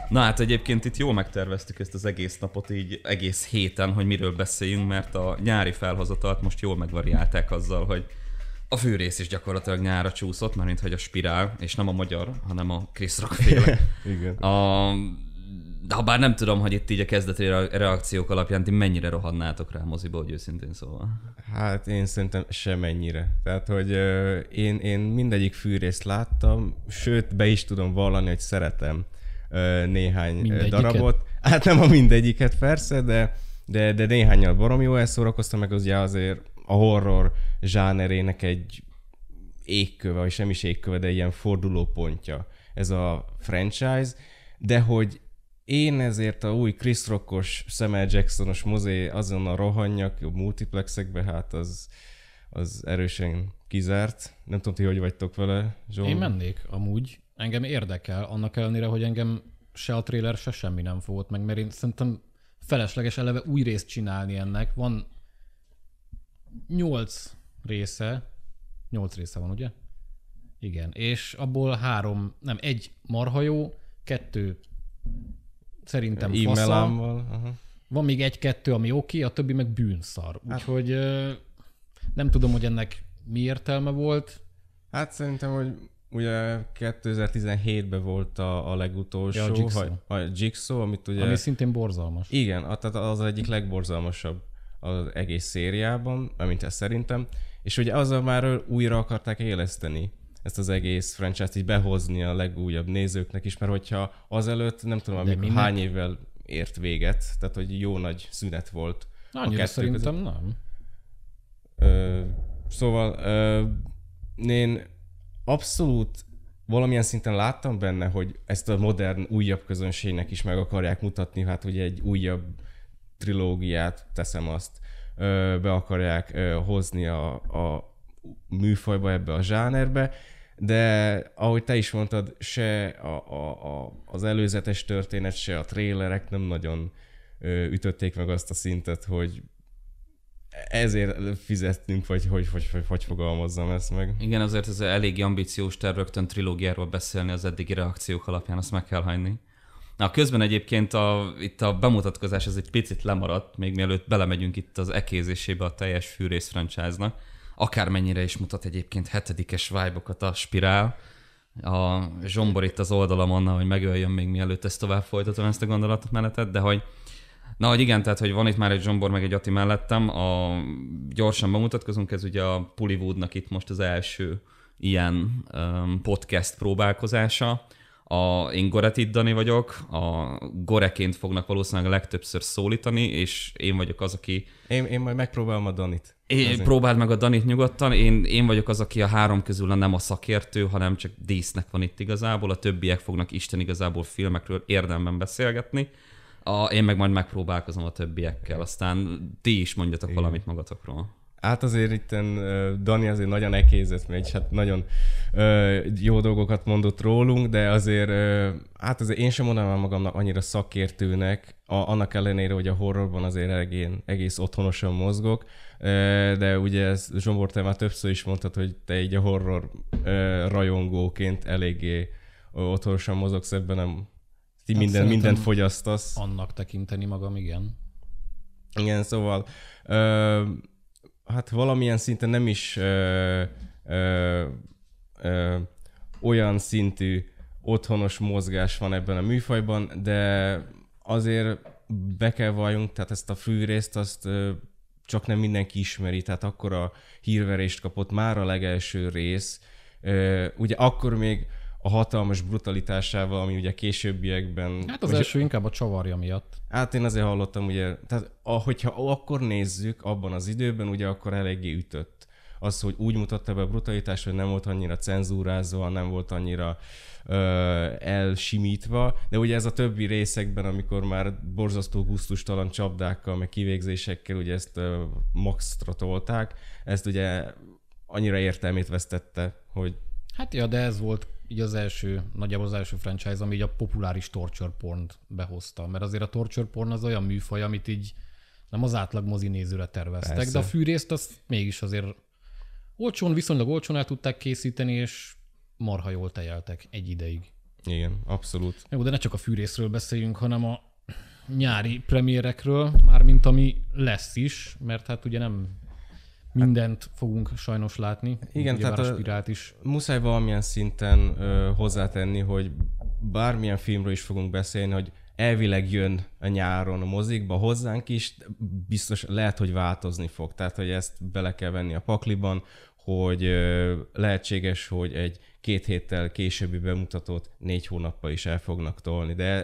Na hát egyébként itt jól megterveztük ezt az egész napot, így egész héten, hogy miről beszéljünk, mert a nyári felhozatalt most jól megvariálták azzal, hogy a főrész is gyakorlatilag nyárra csúszott, mármint hogy a Spirál, és nem a magyar, hanem a Chris Rock féle. Igen. Habár nem tudom, hogy itt így a kezdeti reakciók alapján ti mennyire rohannátok rá moziba, hogy őszintén szóval. Hát én szerintem semennyire. Tehát, hogy én mindegyik fűrészt láttam, sőt, be is tudom vallani, hogy szeretem néhány darabot. Hát nem a mindegyiket persze, de néhányan baromi jól elszórakoztam, meg ugye azért a horror zsánerének egy égköve, vagy sem is égköve, de ilyen fordulópontja ez a franchise, de hogy én ezért a új Chris Rockos, Samuel Jacksonos mozé azonnal rohanjak a multiplexekbe, hát az erősen kizárt. Nem tudom, ti hogy vagytok vele, Zsó? Én mennék amúgy. Engem érdekel, annak ellenére, hogy engem se a trailer, se semmi nem fogott meg, mert én szerintem felesleges eleve új részt csinálni ennek. Van 8 része. 8 része van, ugye? Igen. És abból 1 marha jó, 2 szerintem fasza. Van még 1-2, ami oké, a többi meg bűnszar. Úgyhogy nem tudom, hogy ennek mi értelme volt. Hát szerintem, hogy ugye 2017-ben volt a legutolsó, a Jigsaw, amit ugye... Ami szintén borzalmas. Igen, tehát az egyik legborzalmasabb az egész szériában, amint ezt szerintem. És ugye azzal már újra akarták éleszteni ezt az egész franchise-t, így behozni a legújabb nézőknek is, mert hogyha azelőtt, nem tudom, hány évvel ért véget, tehát hogy jó nagy szünet volt. Annyira szerintem nem. Szóval én abszolút valamilyen szinten láttam benne, hogy ezt a modern, újabb közönségnek is meg akarják mutatni, hát ugye egy újabb trilógiát, teszem azt, be akarják hozni a műfajba, ebbe a zsánerbe, de ahogy te is mondtad, se az előzetes történet, se a trélerek nem nagyon ütötték meg azt a szintet, hogy ezért fizettünk, vagy hogy fogalmazzam ezt meg. Igen, azért ez elég ambíciós terv, rögtön trilógiáról beszélni az eddigi reakciók alapján, azt meg kell hagyni. Na, közben egyébként itt a bemutatkozás ez egy picit lemaradt, még mielőtt belemegyünk itt az ekézésébe a teljes fűrész franchise-nak. Akármennyire is mutat egyébként 7-es vibe-okat a Spirál. A Zsombor itt az oldalamon, hogy megöljön még mielőtt ezt tovább folytatom ezt a gondolatmenetet, de hogy hogy igen, tehát hogy van itt már egy Zsombor, meg egy Ati mellettem, gyorsan bemutatkozunk, ez ugye a Pullywoodnak itt most az első ilyen podcast próbálkozása. Én Goretit Dani vagyok, a Goreként fognak valószínűleg a legtöbbször szólítani, és én vagyok az, aki... Én majd megpróbálom a Danit. Próbáld meg a Danit nyugodtan, én vagyok az, aki a 3 közül nem a szakértő, hanem csak dísznek van itt igazából, a többiek fognak Isten igazából filmekről érdemben beszélgetni. Én meg majd megpróbálkozom a többiekkel, aztán ti is mondjatok valamit magatokról. Hát azért itten Dani azért nagyon ekézett még, hát nagyon jó dolgokat mondott rólunk, de azért, hát azért én sem mondanám magamnak annyira szakértőnek, annak ellenére, hogy a horrorban azért egész otthonosan mozgok, de ugye Zsombor, te már többször is mondtad, hogy te így a horror rajongóként eléggé otthonosan mozogsz ebben, nem mindent fogyasztasz. Annak tekinteni magam, igen. Igen, szóval hát valamilyen szinten nem is olyan szintű otthonos mozgás van ebben a műfajban, de azért be kell valljunk, tehát ezt a fűrészt azt csak nem mindenki ismeri, tehát akkora hírverést kapott már a legelső rész. Ugye akkor még a hatalmas brutalitásával, ami ugye későbbiekben... Hát az első inkább a csavarja miatt. Hát én azért hallottam, ugye, tehát hogyha akkor nézzük abban az időben, ugye akkor eléggé ütött. Az, hogy úgy mutatta be a brutalitást, hogy nem volt annyira cenzúrázva, nem volt annyira elsimítva, de ugye ez a többi részekben, amikor már borzasztó gusztustalan csapdákkal, meg kivégzésekkel ugye ezt maxra tolták, ezt ugye annyira értelmét vesztette, hogy... Hát ja, de ez volt így nagyjából az első franchise, ami így a populáris torture pornt behozta. Mert azért a torture porn az olyan műfaj, amit így nem az átlag mozinézőre terveztek, persze. De a fűrészt azt mégis azért viszonylag olcsón el tudták készíteni, és marha jól tejeltek egy ideig. Igen, abszolút. Jó, de ne csak a fűrészről beszéljünk, hanem a nyári premiérekről, mármint ami lesz is, mert hát ugye nem mindent fogunk sajnos látni. Igen, ugye tehát a Spirált is. Muszáj valamilyen szinten hozzátenni, hogy bármilyen filmről is fogunk beszélni, hogy elvileg jön a nyáron a mozikba hozzánk is, biztos lehet, hogy változni fog. Tehát, hogy ezt bele kell venni a pakliban, hogy lehetséges, hogy egy 2 héttel későbbi bemutatót 4 hónappal is el fognak tolni. De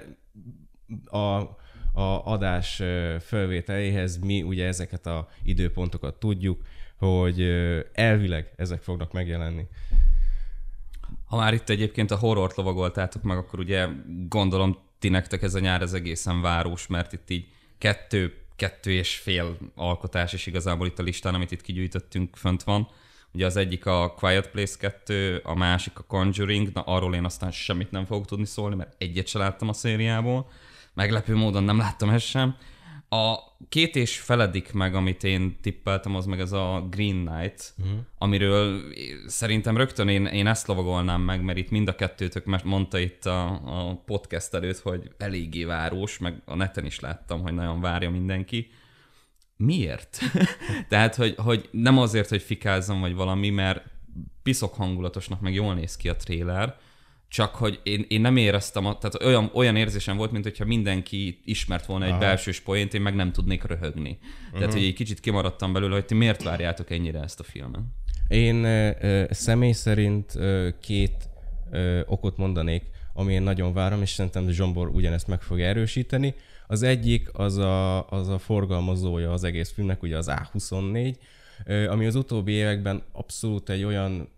a adás felvételéhez mi ugye ezeket az időpontokat tudjuk, hogy elvileg ezek fognak megjelenni. Ha már itt egyébként a horrort lovagoltátok meg, akkor ugye gondolom ti nektek ez a nyár ez egészen város, mert itt így 2,5 alkotás is igazából itt a listán, amit itt kigyűjtöttünk, fönt van. Ugye az egyik a Quiet Place 2, a másik a Conjuring, na arról én aztán semmit nem fogok tudni szólni, mert egyet se láttam a szériából. Meglepő módon nem láttam ezt sem. A 2,5 meg, amit én tippeltem, az meg ez a Green Knight, amiről szerintem rögtön én ezt lovagolnám meg, mert itt mind a kettőtök mondta itt a podcast előtt, hogy eléggé város, meg a neten is láttam, hogy nagyon várja mindenki. Miért? Tehát, hogy nem azért, hogy fikázzam vagy valami, mert piszok hangulatosnak, meg jól néz ki a trailer, csak hogy én nem éreztem, tehát olyan érzésem volt, mint hogyha mindenki ismert volna egy belsős poént, én meg nem tudnék röhögni. Tehát, hogy egy kicsit kimaradtam belőle, hogy ti miért várjátok ennyire ezt a filmet? Én személy szerint 2 okot mondanék, ami én nagyon várom, és szerintem Zsombor ugyanezt meg fogja erősíteni. Az egyik az a forgalmazója az egész filmnek, ugye az A24, ami az utóbbi években abszolút egy olyan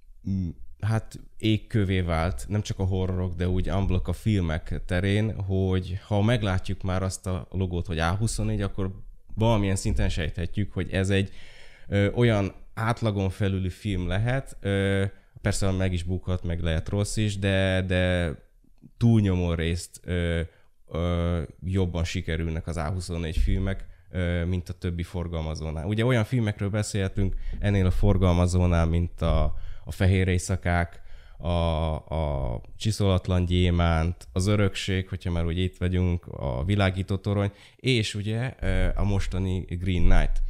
égkövé vált, nem csak a horrorok, de úgy unblock a filmek terén, hogy ha meglátjuk már azt a logót, hogy A24, akkor valamilyen szinten sejthetjük, hogy ez egy olyan átlagon felüli film lehet, persze meg is bukhat, meg lehet rossz is, de túlnyomó részt jobban sikerülnek az A24 filmek, mint a többi forgalmazónál. Ugye olyan filmekről beszélhetünk ennél a forgalmazónál, mint a Fehér éjszakák, a Csiszolatlan gyémánt, az Örökség, hogyha már úgy itt vagyunk, a Világító torony, és ugye a mostani Green Knight.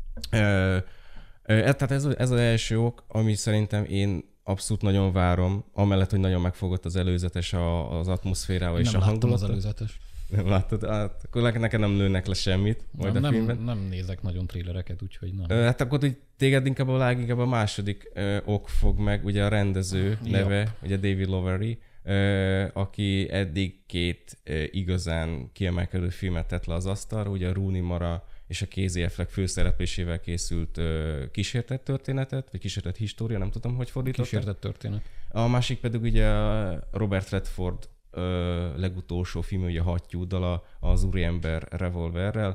Tehát ez az első ok, ami szerintem én abszolút nagyon várom, amellett, hogy nagyon megfogott az előzetes az atmoszférával és a hangulattal. Nem láttam az előzetes. Nem láttad? Hát, akkor nekem nem lőnek le semmit majd a filmben. Nem nézek nagyon trélereket, úgyhogy nem. Hát akkor úgy téged inkább a második ok fog meg, ugye a rendező neve, ugye David Lowery, aki eddig 2 igazán kiemelkedő filmet tett le az asztalra, ugye a Rooney Mara és a Casey Affleck főszereplésével készült kísértett történetet, vagy kísértett história, nem tudom, hogy fordították. Kísértett történet. A másik pedig ugye a Robert Redford legutolsó film, ugye a Hattyúddal, az Úriember revolverrel.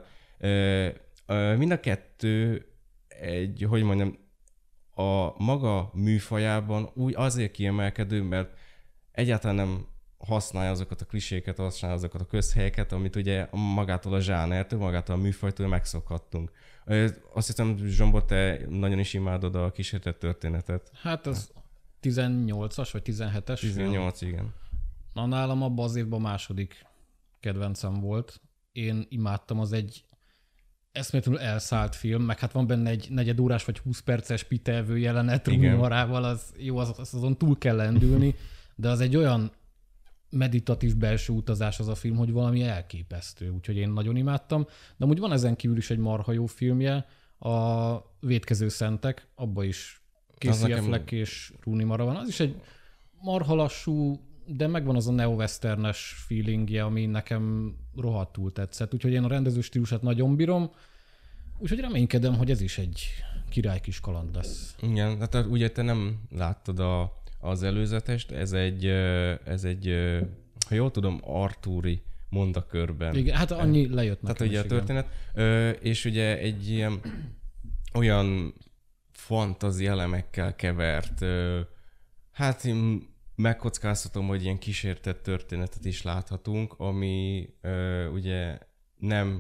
Mind a kettő hogy mondjam, a maga műfajában úgy azért kiemelkedő, mert egyáltalán nem használja azokat a kliséket, használja azokat a közhelyeket, amit ugye magától a zsánertől, magától a műfajtól megszokhattunk. Azt hiszem, Zsombor, te nagyon is imádod a kísértett történetet. Hát az 18-as vagy 17-es? 18, igen. Na, nálam abban az évben a második kedvencem volt. Én imádtam, az egy eszméletlenül elszállt film, meg hát van benne egy negyedórás vagy 20 perces pitelvő jelenet Rooney Marával, az jó, azon túl kell lendülni, de az egy olyan meditatív belső utazás az a film, hogy valami elképesztő, úgyhogy én nagyon imádtam. De amúgy van ezen kívül is egy marha jó filmje, a Vétkező szentek, abba is Casey Affleck és Rooney Mara van. Az is egy marha lassú, de megvan az a neo-westernes feelingje, ami nekem rohadtul tetszett. Úgyhogy én a rendező stílusát nagyon bírom, úgyhogy reménykedem, hogy ez is egy király kis kaland lesz. Igen, hát ugye te nem láttad az előzetest, ez egy ha jól tudom, artúri mondakörben. Igen, hát annyi lejött nekem. Tehát ugye a történet, és ugye egy ilyen olyan fantazi elemekkel kevert, hát én megkockáztatom, hogy ilyen kísértett történetet is láthatunk, ami ugye nem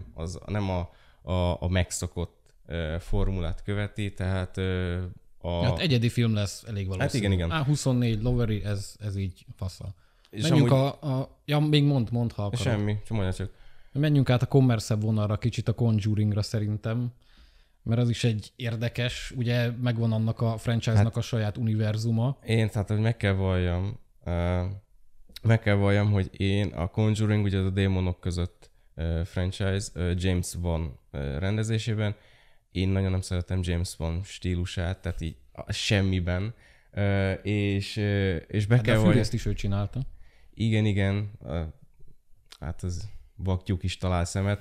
a megszokott formulát követi, tehát hát egyedi film lesz elég valószínű. Hát igen. A24, Lowery, ez így faszal. Menjünk ja, még mondd, ha akarod. Semmi, mondja csak. Menjünk át a commerce-ebb vonalra, kicsit a Conjuringra szerintem, mert az is egy érdekes, ugye megvan annak a franchise-nak a saját univerzuma. Tehát, hogy meg kell valljam, hogy én a Conjuring, ugye az a Démonok között franchise, James Wan rendezésében, én nagyon nem szeretem James Wan stílusát, tehát így semmiben, és be kell valljam. De a Fűrészt is ő csinálta. Igen, hát az vaktyúk is talál szemet.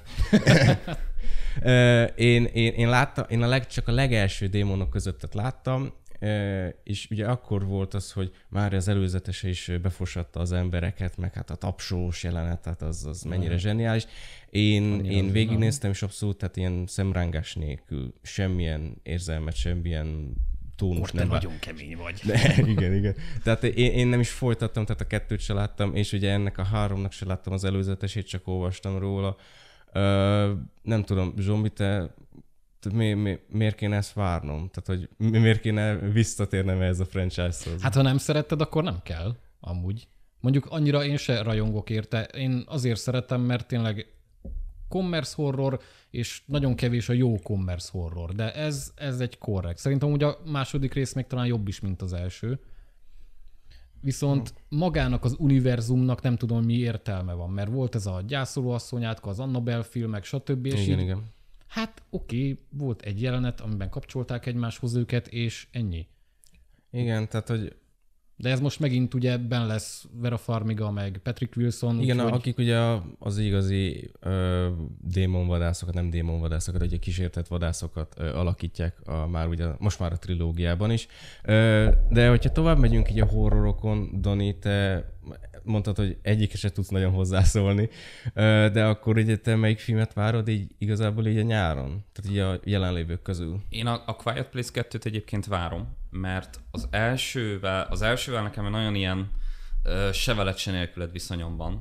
Én láttam, csak a legelső Démonok közöttet láttam, és ugye akkor volt az, hogy már az előzetese is befosatta az embereket, meg hát a tapsós jelenet, tehát az mennyire zseniális. Én végignéztem, és abszolút, tehát ilyen szemrángás nélkül, semmilyen érzelmet, semmilyen tónus nem. Nagyon kemény vagy. De, igen. Tehát én nem is folytattam, tehát a 2-t se láttam, és ugye ennek a 3-nak se láttam az előzetesét, csak olvastam róla. Nem tudom, Zsombi, te miért kéne ezt várnom? Tehát, hogy miért kéne visszatérnem ehhez a franchise-hoz? Hát, ha nem szeretted, akkor nem kell, amúgy. Mondjuk annyira én se rajongok érte. Én azért szeretem, mert tényleg commerce horror, és nagyon kevés a jó commerce horror, de ez egy korrekt. Szerintem ugye a második rész még talán jobb is, mint az első. Viszont magának az univerzumnak nem tudom, mi értelme van, mert volt ez a gyászolóasszonyátka, az Annabelle filmek, stb. És igen. Hát oké, volt egy jelenet, amiben kapcsolták egymáshoz őket, és ennyi. Igen, tehát, hogy... De ez most megint ugye benn lesz Vera Farmiga, meg Patrick Wilson. Igen, akik ugye az igazi démonvadászokat, nem démonvadászokat, ugye kísértett vadászokat alakítják most már a trilógiában is. De hogyha tovább megyünk így a horrorokon, Dani, te mondtad, hogy egyikre se tudsz nagyon hozzászólni, de akkor ugye te melyik filmet várod így igazából így a nyáron? Tehát így a jelenlévők közül. Én a Quiet Place 2-t egyébként várom, mert az elsővel nekem nagyon ilyen se veled, se nélküled viszonyom van.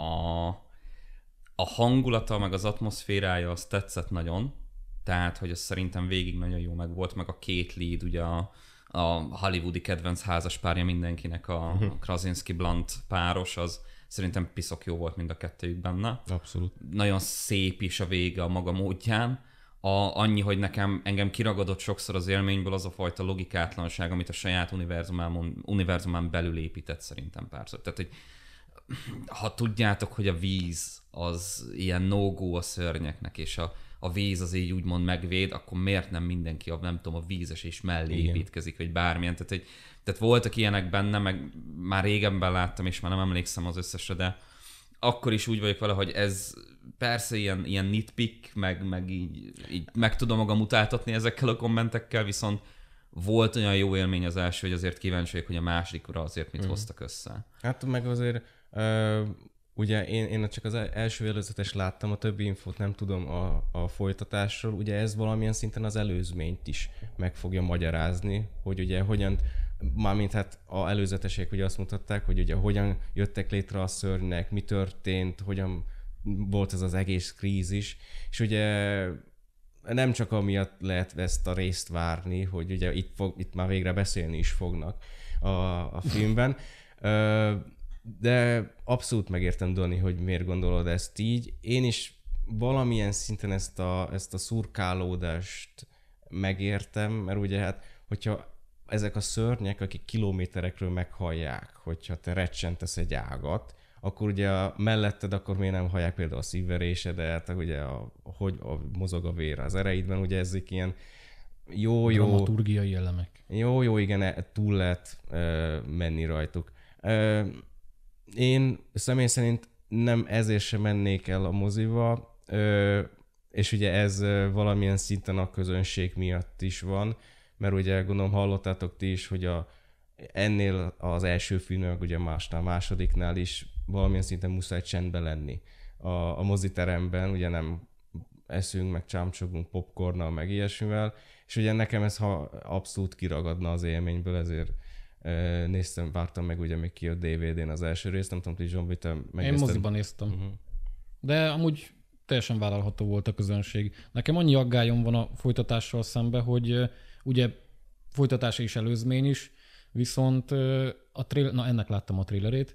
A hangulata, meg az atmoszférája, az tetszett nagyon, tehát, hogy az szerintem végig nagyon jó meg volt, meg a két lead, ugye a hollywoodi kedvenc házaspárja mindenkinek, a Krasinski-Blunt páros, az szerintem piszok jó volt mind a kettőjük benne. Abszolút. Nagyon szép is a vége a maga módján. Annyi, hogy engem kiragadott sokszor az élményből az a fajta logikátlanság, amit a saját univerzumán belül épített szerintem párszor. Tehát, hogy ha tudjátok, hogy a víz az ilyen no-go a szörnyeknek, és a víz az így úgymond megvéd, akkor miért nem mindenki a vízesés mellé építkezik, vagy bármilyen. Tehát voltak ilyenek benne, meg már régenben láttam, és már nem emlékszem az összesre, de akkor is úgy vagyok vele, hogy ez persze ilyen nitpick, meg így meg tudom magam utáltatni ezekkel a kommentekkel, viszont volt olyan jó élmény az első, hogy azért kíváncsi vagyok, hogy a másodikra azért mit hoztak össze. Hát meg azért ugye én csak az első előzetes láttam, a többi infót nem tudom a folytatásról. Ugye ez valamilyen szinten az előzményt is meg fogja magyarázni, hogy ugye hogyan, mármint hát a előzetesek ugye azt mutatták, hogy ugye hogyan jöttek létre a szörnyek, mi történt, hogyan volt ez az egész krízis, és ugye nem csak amiatt lehet ezt a részt várni, hogy ugye itt már végre beszélni is fognak a filmben, de abszolút megértem, Dani, hogy miért gondolod ezt így. Én is valamilyen szinten ezt a szurkálódást megértem, mert ugye hát, hogyha ezek a szörnyek, akik kilométerekről meghallják, hogyha te recsentesz egy ágat, akkor ugye melletted akkor miért nem hallják például a szívverésedet, ugye hogy mozog a vér az ereidben, ugye ezek ilyen jó... dramaturgiai elemek. Jó, igen, túl lehet menni rajtuk. Én személy szerint nem ezért sem mennék el a moziba, és ugye ez valamilyen szinten a közönség miatt is van, mert ugye gondolom hallottátok ti is, hogy ennél az első filmnek, ugye másodiknál is valamilyen szinten muszáj csendben lenni. A moziteremben ugye nem eszünk, meg csámcsogunk popcornnal, meg ilyesmivel, és ugye nekem ez abszolút kiragadna az élményből, ezért vártam meg ugye még ki a DVD-n az első részt, nem tudom, hogy Zsombi, te megnézted? Én moziban néztem. De amúgy teljesen vállalható volt a közönség. Nekem annyi aggályom van a folytatással szembe, hogy ugye folytatás és előzmény is, viszont ennek láttam a trailerét,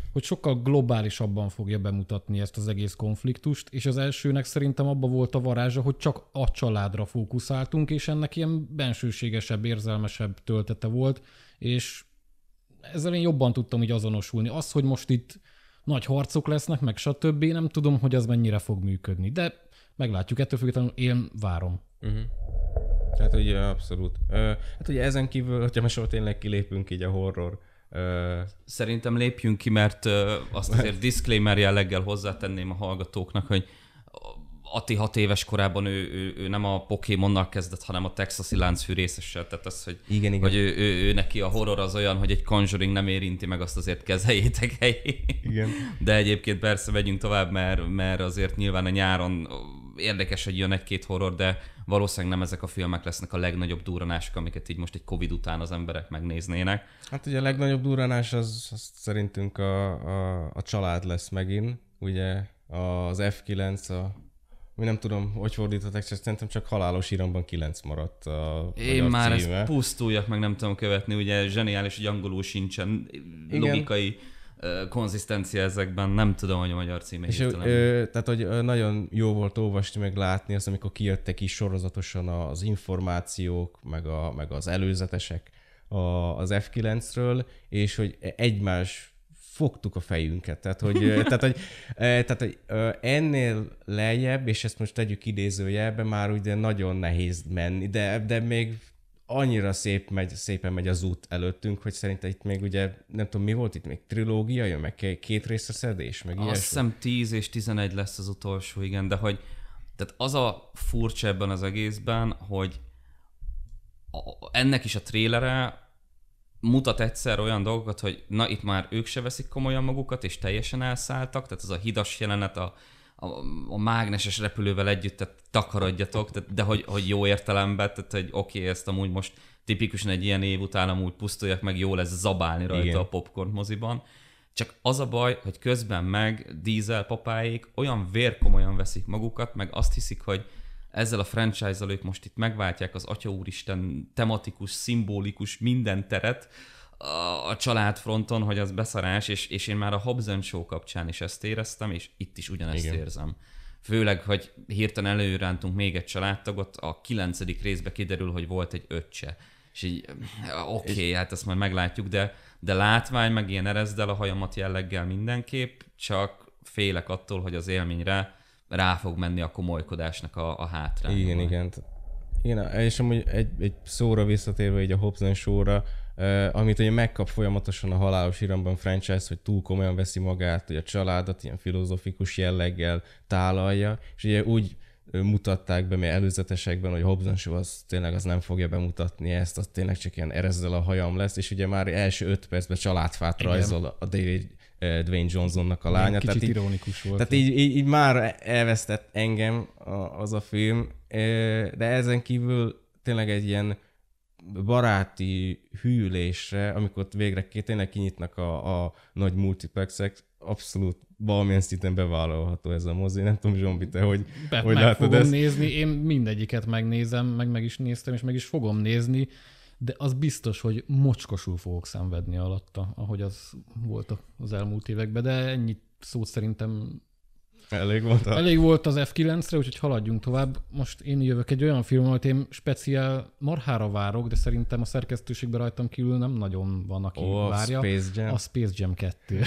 hogy sokkal globálisabban fogja bemutatni ezt az egész konfliktust, és az elsőnek szerintem abba volt a varázsa, hogy csak a családra fókuszáltunk, és ennek ilyen bensőségesebb, érzelmesebb töltete volt, és ezzel én jobban tudtam így azonosulni. Az, hogy most itt nagy harcok lesznek, meg stb. Nem tudom, hogy az mennyire fog működni, de meglátjuk, ettől függetlenül én várom. Hát ugye abszolút. Hát ugye ezen kívül, hogyha most tényleg kilépünk így a horror. Szerintem lépjünk ki, mert azt azért disclaimer jelleggel hozzátenném a hallgatóknak, hogy Ati 6 éves korában ő nem a Pokémonnal kezdett, hanem a texasi láncfű részessel. Tehát az, hogy, igen. hogy ő neki a horror az olyan, hogy egy Conjuring nem érinti meg, azt azért kezeljétek helyén. Igen. De egyébként persze megyünk tovább, mert azért nyilván a nyáron érdekes, hogy jön egy-két horror, de valószínűleg nem ezek a filmek lesznek a legnagyobb durranások, amiket így most egy Covid után az emberek megnéznének. Hát ugye a legnagyobb durranás az szerintünk a család lesz megint. Ugye az F9, mi nem tudom, hogy fordították, szerintem csak halálos iramban 9 maradt a én már ezt pusztuljak, meg nem tudom követni, ugye zseniális, hogy angolul sincsen logikai konzisztencia ezekben, nem tudom, hogy a magyar címe és tehát, hogy nagyon jó volt olvasni, meg látni azt, amikor kijöttek is sorozatosan az információk, meg az előzetesek az F9-ről, és hogy egymás fogtuk a fejünket. Tehát, hogy ennél lejjebb, és ezt most tegyük idézőjelbe, már ugye nagyon nehéz menni, de még annyira szépen megy az út előttünk, hogy szerintem itt még ugye, nem tudom mi volt itt, még trilógia jön, meg 2 részeszedés, meg ilyesmi. Azt hiszem 10 és 11 lesz az utolsó, igen, de hogy tehát az a furcsa ebben az egészben, hogy ennek is a trélere mutat egyszer olyan dolgokat, hogy na itt már ők se veszik komolyan magukat, és teljesen elszálltak, tehát az a hidas jelenet a mágneses repülővel együtt, tehát takarodjatok, de hogy jó értelemben, tehát hogy oké, ezt amúgy most tipikusan egy ilyen év után amúgy pusztuljak meg, jó lesz zabálni rajta. Igen. A popcorn moziban. Csak az a baj, hogy közben meg Diesel papáék olyan vérkomolyan veszik magukat, meg azt hiszik, hogy ezzel a franchise-zal ők most itt megváltják az Atya Úristen tematikus, szimbolikus minden teret a családfronton, hogy az beszarás, és én már a Hobbs & Shaw kapcsán is ezt éreztem, és itt is ugyanezt igen. érzem. Főleg, hogy hirtelen előrántunk még egy családtagot, a 9. részbe kiderül, hogy volt egy öccse. És így, oké, hát ezt majd meglátjuk, de látvány, meg ilyen erezdel a hajamat jelleggel mindenképp, csak félek attól, hogy az élményre rá fog menni a komolykodásnak a hátránya. Igen. És amúgy egy szóra visszatérve így a Hobbs & Shaw-ra, amit ugye megkap folyamatosan a halálos iramban franchise, hogy túl komolyan veszi magát, hogy a családot ilyen filozofikus jelleggel tálalja, és ugye úgy mutatták be még előzetesekben, hogy Hobbs & Shaw az tényleg az nem fogja bemutatni ezt, az tényleg csak ilyen erezzel a hajam lesz, és ugye már első 5 percben családfát rajzol a Dwayne Johnsonnak a lánya. Kicsit tehát ironikus volt. Tehát így már elvesztett engem az a film, de ezen kívül tényleg egy ilyen baráti hűlésre, amikor végre tényleg kinyitnak a nagy multiplexek, abszolút valamilyen szinten bevállalható ez a mozi. Nem tudom, Zsombi, te hogy látod ezt? Nézni, én mindegyiket megnézem, meg is néztem, és meg is fogom nézni, de az biztos, hogy mocskosul fogok szenvedni alatta, ahogy az volt az elmúlt években, de ennyit szót szerintem elég volt az F9-re, úgyhogy haladjunk tovább. Most én jövök egy olyan film, amit én speciál marhára várok, de szerintem a szerkesztőségben rajtam kívül nem nagyon van, aki várja. A Space Jam 2.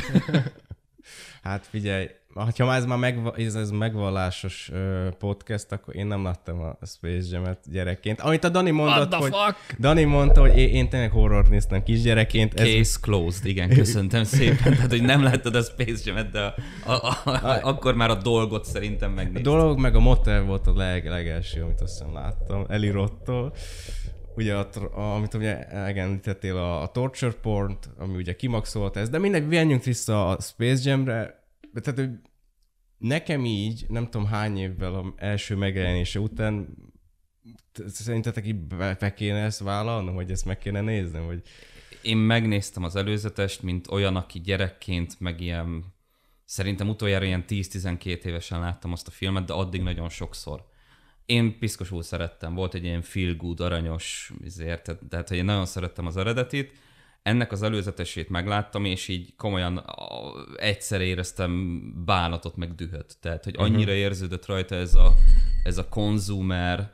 Hát figyelj, ha ez már ez megvallásos podcast, akkor én nem láttam a Space Jam-et gyerekként. Amit a Dani mondott, hogy én tényleg horror néztem kisgyerekként. Case closed, igen, köszöntem szépen. Tehát, hogy nem láttad a Space Jam-et, de akkor már a dolgot szerintem megnéztem. A dolog meg a motel volt a legelső, amit azt hiszem láttam, Eli Roth-tól. Ugye, amit ugye említettél, a torture porn-t, ami ugye kimaxolt ez, de mindegy, menjünk vissza a Space Jam-re. Tehát, hogy nekem így, nem tudom hány évvel az első megjelenése után, szerintetek így be kéne ezt vállalnom, hogy ezt meg kéne néznem? Vagy... Én megnéztem az előzetest, mint olyan, aki gyerekként, meg ilyen, szerintem utoljára ilyen 10-12 évesen láttam azt a filmet, de addig nagyon sokszor. Én piszkosul szerettem, volt egy ilyen feel good, aranyos, tehát hogy én nagyon szerettem az eredetit, ennek az előzetesét megláttam, és így komolyan egyszer éreztem bánatot, meg dühöt. Tehát, hogy annyira érződött rajta ez a konzumer,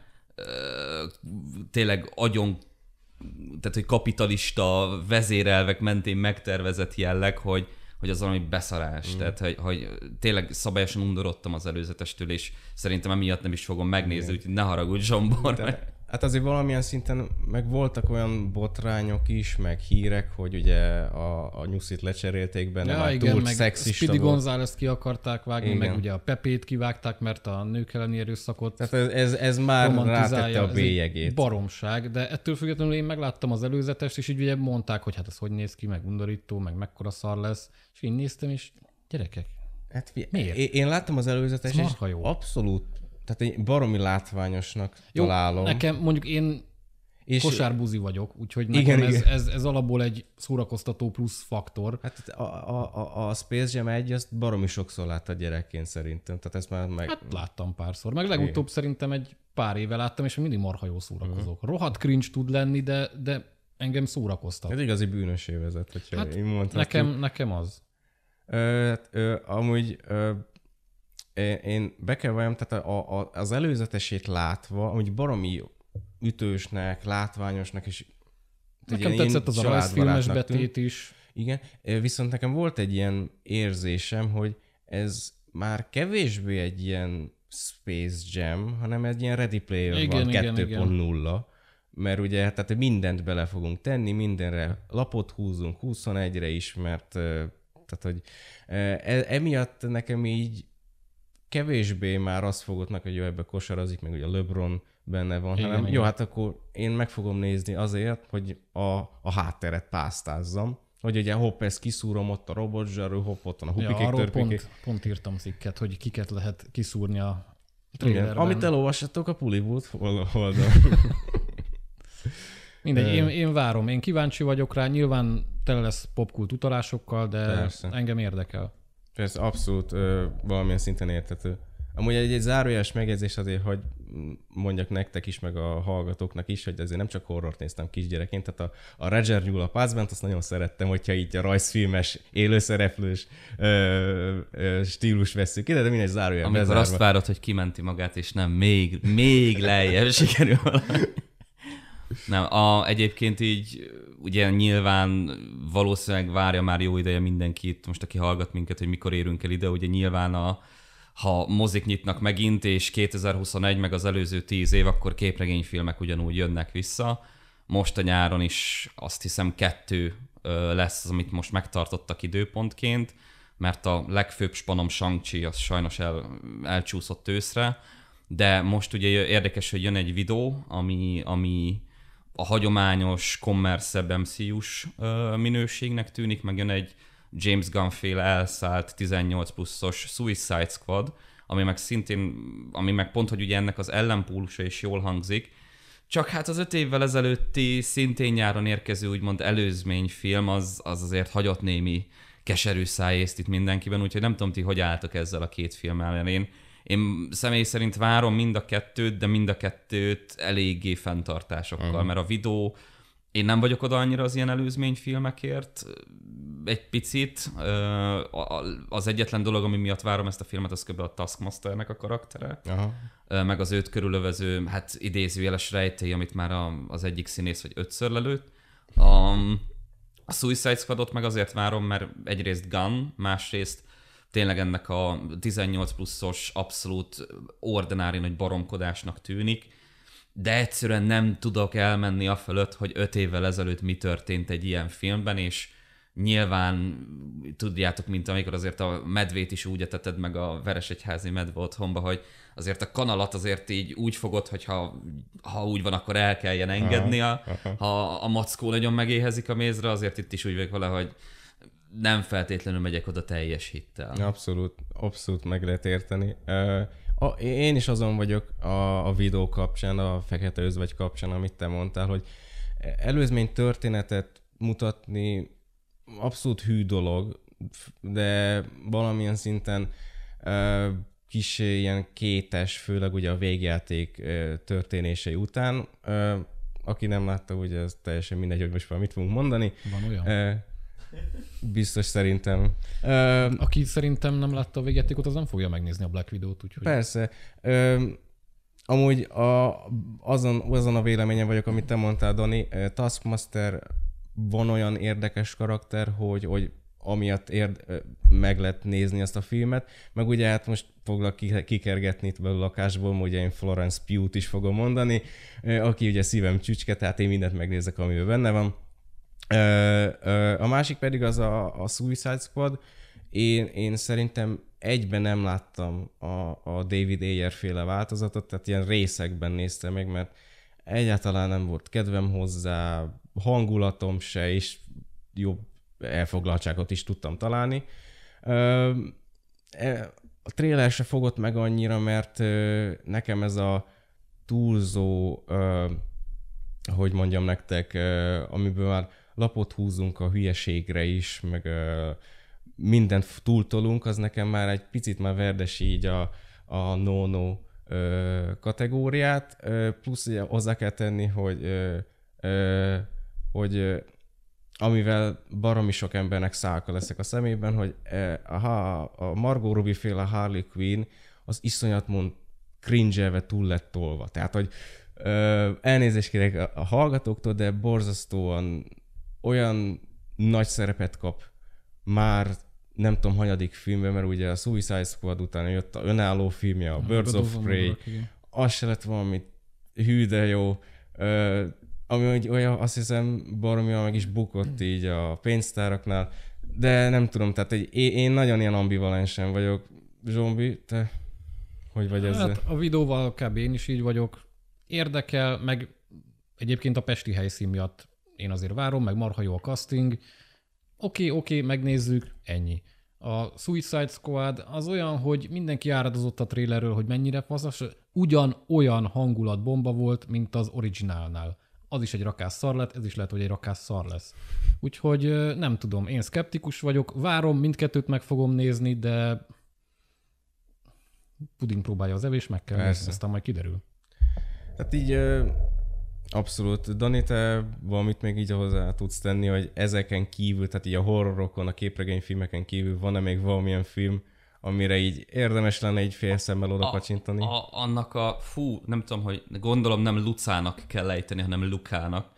tényleg tehát, hogy kapitalista vezérelvek mentén megtervezett jelleg, hogy az valami beszarás. Tehát, hogy tényleg szabályosan undorodtam az előzetestől, és szerintem emiatt nem is fogom megnézni, úgyhogy ne haragudj, Zsombor. Hát azért valamilyen szinten meg voltak olyan botrányok is, meg hírek, hogy ugye a nyuszit lecserélték benne, már túl szexista Speedy González ki akarták vágni, igen. Meg ugye a Pepét kivágták, mert a nők elleni erőszakot tehát ez már rátette a bélyegét. Baromság, de ettől függetlenül én megláttam az előzetest, és így ugye mondták, hogy hát ez hogy néz ki, meg undorító, meg mekkora szar lesz, és én néztem, és gyerekek, hát miért? Én láttam az előzetest, és abszolút. Tehát egy baromi látványosnak találom. Nekem mondjuk én kosárbuzi vagyok, úgyhogy nekem igen. Ez alapból egy szórakoztató plusz faktor. Hát a Space Jam 1 azt baromi sokszor láttad gyerekként szerintem. Tehát ezt már Hát láttam párszor. Meg legutóbb szerintem egy pár éve láttam, és mindig marha jól szórakozok. Rohadt cringe tud lenni, de engem szórakoztat. Ez igazi bűnösé vezet, hogyha hát én mondhatom. Nekem az. Amúgy... Én be kell valljam, tehát az előzetesét látva, amúgy baromi ütősnek, látványosnak, és nekem tetszett az a rajzfilmes betét is. Igen, viszont nekem volt egy ilyen érzésem, hogy ez már kevésbé egy ilyen Space Jam, hanem egy ilyen Ready Player One 2.0. Mert ugye tehát mindent bele fogunk tenni, mindenre lapot húzunk, 21-re is, mert tehát, hogy emiatt nekem így kevésbé már azt fogod meg, hogy jó, ebbe kosarazik, meg ugye a LeBron benne van, igen, hanem igen. Jó, hát akkor én meg fogom nézni azért, hogy a hátteret pásztázzam, hogy ugye hopp, ezt kiszúrom ott a robotzsarú, hopp, ott van a hupikék, törpikék. Pont írtam cikket, hogy kiket lehet kiszúrni a trailerben. Amit elolvassatok a Pullywood oldal. Mindegy, én várom, én kíváncsi vagyok rá, nyilván tele lesz popkult utalásokkal, de persze. Engem érdekel. Persze, abszolút valamilyen szinten érthető. Amúgy egy zárójeles megjegyzés azért, hogy mondjak nektek is, meg a hallgatóknak is, hogy azért nem csak horrort néztem kisgyerekként, tehát a Roger Newell a Pászbent azt nagyon szerettem, hogyha így a rajzfilmes, élőszereplős stílus vesszük ide, de mindegy zárójel amikor bezárva. Azt várod, hogy kimenti magát, és nem, még lejjebb sikerül valami. Nem, egyébként így ugye nyilván valószínűleg várja már jó ideje mindenkit, most aki hallgat minket, hogy mikor érünk el ide, ugye nyilván ha mozik nyitnak megint, és 2021 meg az előző 10 év, akkor képregényfilmek ugyanúgy jönnek vissza. Most a nyáron is azt hiszem 2 lesz az, amit most megtartottak időpontként, mert a legfőbb spanom Shang-Chi az sajnos elcsúszott őszre, de most ugye érdekes, hogy jön egy videó, ami a hagyományos, kommerszebb MCU-s minőségnek tűnik, meg jön egy James Gunn-féle elszállt 18 pluszos Suicide Squad, ami meg pont, hogy ugye ennek az ellenpólusa is jól hangzik, csak hát az 5 évvel ezelőtti szintén nyáron érkező úgymond előzményfilm az azért hagyott némi keserű szájészt itt mindenkiben, úgyhogy nem tudom ti, hogy álltok ezzel a két filmmel. Én személy szerint várom mind a kettőt, de mind a kettőt eléggé fenntartásokkal, mert a videó, én nem vagyok oda annyira az ilyen előzményfilmekért, egy picit. Az egyetlen dolog, ami miatt várom ezt a filmet, az kb. A Taskmasternek a karaktere, meg az őt körülövező, hát idézőjeles rejtély, amit már az egyik színész vagy 5-ször lelőtt. A Suicide Squadot meg azért várom, mert egyrészt Gunn, másrészt tényleg ennek a 18 pluszos abszolút ordinári nagy baromkodásnak tűnik, de egyszerűen nem tudok elmenni afölött, hogy 5 évvel ezelőtt mi történt egy ilyen filmben, és nyilván tudjátok, mint amikor azért a medvét is úgy eteted meg a Veresegyházi medve otthonba, hogy azért a kanalat azért így úgy fogod, hogy ha úgy van, akkor el kelljen engednie. Ha a mackó nagyon megéhezik a mézre, azért itt is úgy vagyok vele, hogy nem feltétlenül megyek oda teljes hittel. Abszolút meg lehet érteni. Én is azon vagyok a videó kapcsán, a Fekete Özvegy kapcsán, amit te mondtál, hogy előzmény történetet mutatni abszolút hű dolog, de valamilyen szinten kissé ilyen kétes, főleg ugye a végjáték történései után. aki nem látta, ugye ez teljesen mindegy, hogy most már mit fogunk mondani. Van olyan? Biztos szerintem. Aki szerintem nem látta a végjátékot, az nem fogja megnézni a Black Widow-t, úgyhogy... Persze. Amúgy azon a véleményen vagyok, amit te mondtál, Dani. Taskmaster van olyan érdekes karakter, hogy amiatt meg lehet nézni ezt a filmet, meg ugye hát most foglak kikergetni itt belül a lakásból, ugye én Florence Pugh-t is fogom mondani, aki ugye szívem csücske, tehát én mindent megnézek, amiben benne van. A másik pedig az a Suicide Squad. Én szerintem egyben nem láttam a David Ayer féle változatot, tehát ilyen részekben néztem meg, mert egyáltalán nem volt kedvem hozzá, hangulatom se, és jobb elfoglaltságot is tudtam találni. A trailer se fogott meg annyira, mert nekem ez a túlzó, hogy mondjam nektek, amiből már lapot húzunk a hülyeségre is, meg mindent túltolunk, az nekem már egy picit már verdesi így a no-no kategóriát. Plusz ugye hozzá kell tenni, hogy amivel baromi sok embernek szálka leszek a szemében, hogy a Margot Robbie féle Harley Quinn az iszonyatmon cringe-elve túl lett tolva. Tehát, hogy elnézést kérek a hallgatóktól, de borzasztóan olyan nagy szerepet kap már nem tudom, hanyadik filmben, mert ugye a Suicide Squad után jött a önálló filmje, a Birds of Prey, az se lett valami hű, de jó, ami olyan, azt hiszem, baromira meg is bukott így a pénztáraknál, de nem tudom, tehát én nagyon ilyen ambivalensen vagyok. Zsombi, te hogy vagy ezzel? Hát a videóval kb. Én is így vagyok. Érdekel, meg egyébként a pesti helyszín miatt én azért várom, meg marha jó a casting. Oké, megnézzük, ennyi. A Suicide Squad az olyan, hogy mindenki áradozott a trailerről, hogy mennyire faszos, ugyanolyan hangulatbomba volt, mint az originálnál. Az is egy rakás szar lett, ez is lehet, hogy egy rakás szar lesz. Úgyhogy nem tudom, én szkeptikus vagyok, várom, mindkettőt meg fogom nézni, de puding próbálja az evés, meg kell nézni, aztán majd kiderül. Hát így abszolút. Dani, te valamit még így hozzá tudsz tenni, hogy ezeken kívül, tehát így a horrorokon, a képregényfilmeken kívül van-e még valamilyen film, amire így érdemes lenne egy fél szemmel oda kacsintani? Annak nem tudom, hogy gondolom nem Lucának kell ejteni, hanem Lukának.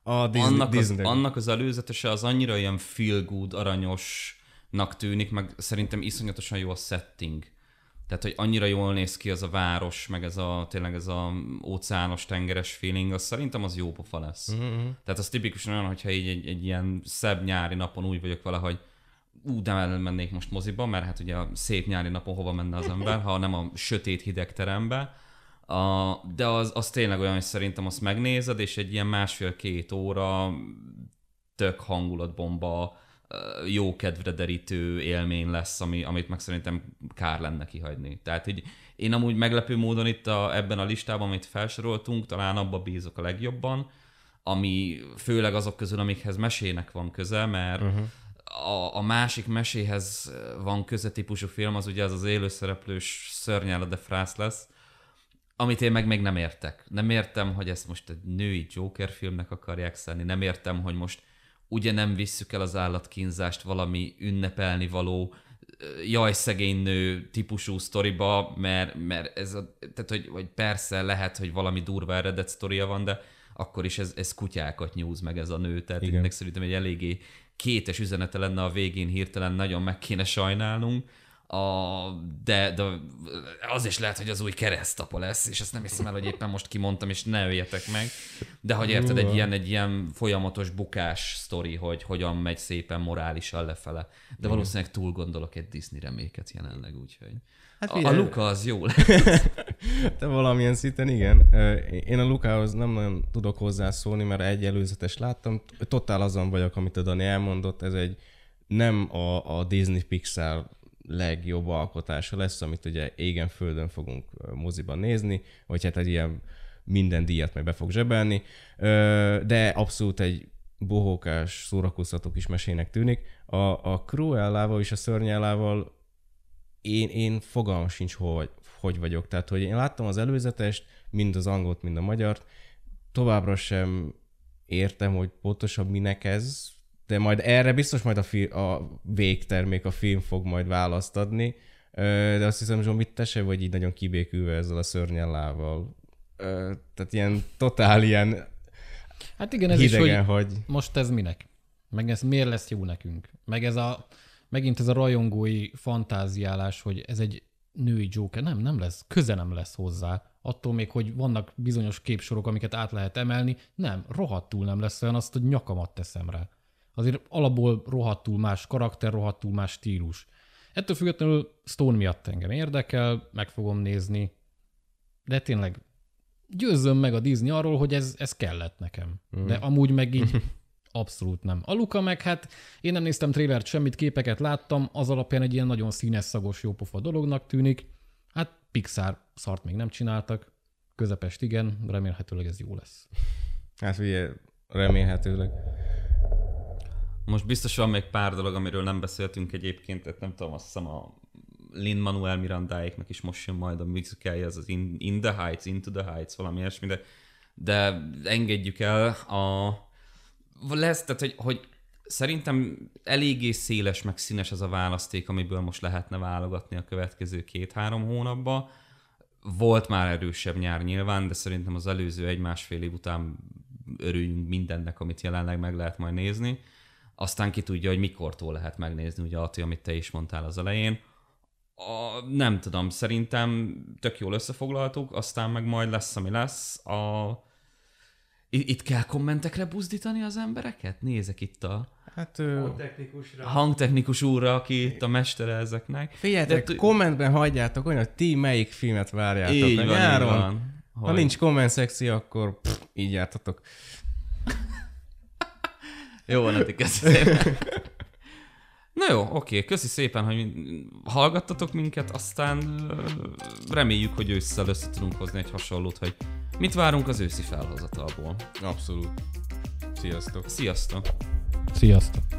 Annak az előzetese az annyira ilyen feel good, aranyosnak tűnik, meg szerintem iszonyatosan jó a setting. Tehát, hogy annyira jól néz ki az a város, meg tényleg ez a óceános, tengeres feeling, az szerintem az jó pofa lesz. Mm-hmm. Tehát az tipikusan olyan, hogyha így egy ilyen szebb nyári napon úgy vagyok vele, hogy de elmennék most moziba, mert hát ugye a szép nyári napon hova menne az ember, ha nem a sötét hideg terembe. De az tényleg olyan, hogy szerintem azt megnézed, és egy ilyen 1,5-2 óra tök hangulatbomba, jó kedvre derítő élmény lesz, amit meg szerintem kár lenne kihagyni. Tehát így én amúgy meglepő módon itt ebben a listában, amit felsoroltunk, talán abba bízok a legjobban, ami főleg azok közül, amikhez mesének van köze, mert a másik meséhez van köze típusú film, az ugye az élőszereplős Szörnyel de Frász lesz, amit én meg még nem értek. Nem értem, hogy ezt most egy női Joker filmnek akarják szenni, nem értem, hogy most ugye nem visszük el az állatkínzást valami ünnepelni való jaj szegény nő típusú sztoriba, mert ez tehát, hogy persze lehet, hogy valami durva eredet sztoria van, de akkor is ez kutyákat nyúz meg ez a nő, tehát ennek szerintem egy eléggé kétes üzenete lenne a végén, hirtelen nagyon meg kéne sajnálnunk, de az is lehet, hogy az új keresztapa lesz, és ezt nem hiszem el, hogy éppen most kimondtam, és ne öljetek meg. De hogy érted, egy ilyen folyamatos bukás sztori, hogy hogyan megy szépen morálisan lefele. De valószínűleg túl gondolok egy Disney reméket jelenleg, úgyhogy... Hát a Luka az jó lesz. Te valamilyen szinten igen. Én a Lukához nem nagyon tudok hozzászólni, mert egy előzetes láttam. Totál azon vagyok, amit a Dani elmondott. Ez nem a Disney Pixar legjobb alkotása lesz, amit ugye égen-földön fogunk moziban nézni, vagy hát egy ilyen minden díjat meg be fog zsebelni, de abszolút egy bohókás, szórakoztató kis mesének tűnik. A Cruellával és a Szörnyellával én fogalmam sincs, hogy vagyok. Tehát, hogy én láttam az előzetest, mind az angolt, mind a magyart, továbbra sem értem, hogy pontosan minek ez, de majd erre biztos majd a végtermék, a film fog majd választ adni, de azt hiszem, Zsombi, te se vagy így nagyon kibékülve ezzel a szörnyellával. Tehát ilyen totál ilyen hát igen, ez hidegen, is, hogy most ez minek? Meg ez miért lesz jó nekünk? Meg megint ez a rajongói fantáziálás, hogy ez egy női Joker. Nem lesz, köze nem lesz hozzá. Attól még, hogy vannak bizonyos képsorok, amiket át lehet emelni, nem, rohadtul nem lesz olyan, azt, hogy nyakamat teszem rá. Azért alapból rohadtul más karakter, rohadtul más stílus. Ettől függetlenül Stone miatt engem érdekel, meg fogom nézni, de tényleg győzzön meg a Disney arról, hogy ez kellett nekem. De amúgy meg így abszolút nem. A Luca meg hát én nem néztem trailert, semmit, képeket láttam, az alapján egy ilyen nagyon színes, szagos, jópofa dolognak tűnik. Hát Pixar szart még nem csináltak, közepest igen, remélhetőleg ez jó lesz. Hát ugye, remélhetőleg. Most biztos van még pár dolog, amiről nem beszéltünk egyébként, tehát nem tudom, azt hiszem a Lin-Manuel Mirandáéknak is most jön majd a musicalja, az In the Heights, Into the Heights, valami ilyesmi, de engedjük el lesz, tehát hogy szerintem eléggé széles meg színes ez a választék, amiből most lehetne válogatni a következő 2-3 hónapban. Volt már erősebb nyár nyilván, de szerintem az előző 1-1,5 év után örüljünk mindennek, amit jelenleg meg lehet majd nézni. Aztán ki tudja, hogy mikortól lehet megnézni, ugye Ati, amit te is mondtál az elején. Nem tudom, szerintem tök jól összefoglaltuk, aztán meg majd lesz, ami lesz. Itt kell kommentekre buzdítani az embereket? Nézek itt a hangtechnikus úrra, aki itt a mestere ezeknek. Figyeljetek, kommentben hagyjátok olyan, hogy ti melyik filmet várjátok így van, nyáron. Így van. Ha nincs komment szekció, akkor így jártatok. Jó van, Ati, köszi szépen. Na jó, oké, köszi szépen, hogy hallgattatok minket, aztán reméljük, hogy ősszel össze tudunk hozni egy hasonlót, hogy mit várunk az őszi felhozatalból. Abszolút. Sziasztok. Sziasztok. Sziasztok.